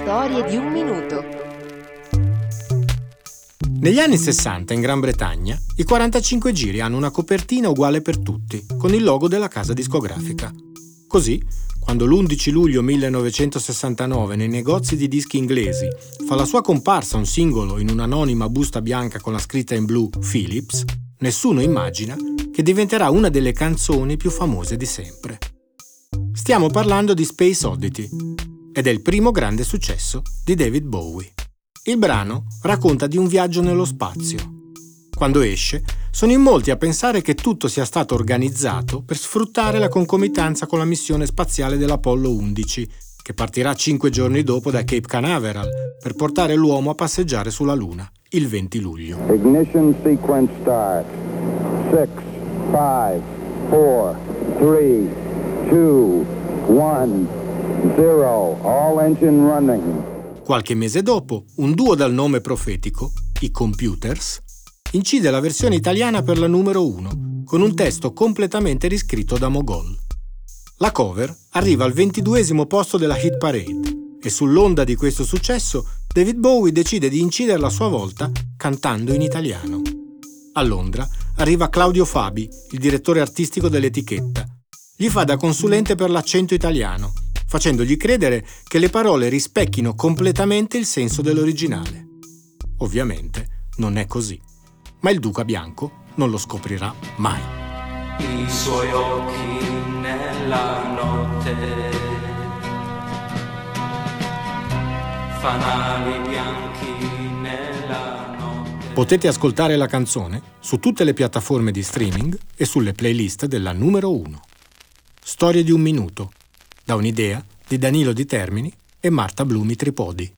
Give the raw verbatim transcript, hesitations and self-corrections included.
Storie di un minuto. Negli anni sessanta in Gran Bretagna i quarantacinque giri hanno una copertina uguale per tutti, con il logo della casa discografica. Così, quando l'undici luglio millenovecentosessantanove nei negozi di dischi inglesi fa la sua comparsa un singolo in un'anonima busta bianca con la scritta in blu Philips, nessuno immagina che diventerà una delle canzoni più famose di sempre. Stiamo parlando di Space Oddity ed è il primo grande successo di David Bowie. Il brano racconta di un viaggio nello spazio. Quando esce, sono in molti a pensare che tutto sia stato organizzato per sfruttare la concomitanza con la missione spaziale dell'Apollo undici, che partirà cinque giorni dopo da Cape Canaveral per portare l'uomo a passeggiare sulla Luna, il venti luglio. Ignition sequence start. six, five, four, three, two, one, zero. All engine running. Qualche mese dopo, un duo dal nome profetico, i Computers, incide la versione italiana per la numero uno, con un testo completamente riscritto da Mogol. La cover arriva al ventiduesimo posto della hit parade e sull'onda di questo successo David Bowie decide di inciderla a sua volta cantando in italiano. A Londra arriva Claudio Fabi, il direttore artistico dell'etichetta. Gli fa da consulente per l'accento italiano, facendogli credere che le parole rispecchino completamente il senso dell'originale. Ovviamente non è così, ma il Duca Bianco non lo scoprirà mai. I suoi occhi nella notte, fanali bianchi nella notte. Potete ascoltare la canzone su tutte le piattaforme di streaming e sulle playlist della numero uno. Storie di un minuto, da un'idea di Danilo Di Termini e Marta Blumi Tripodi.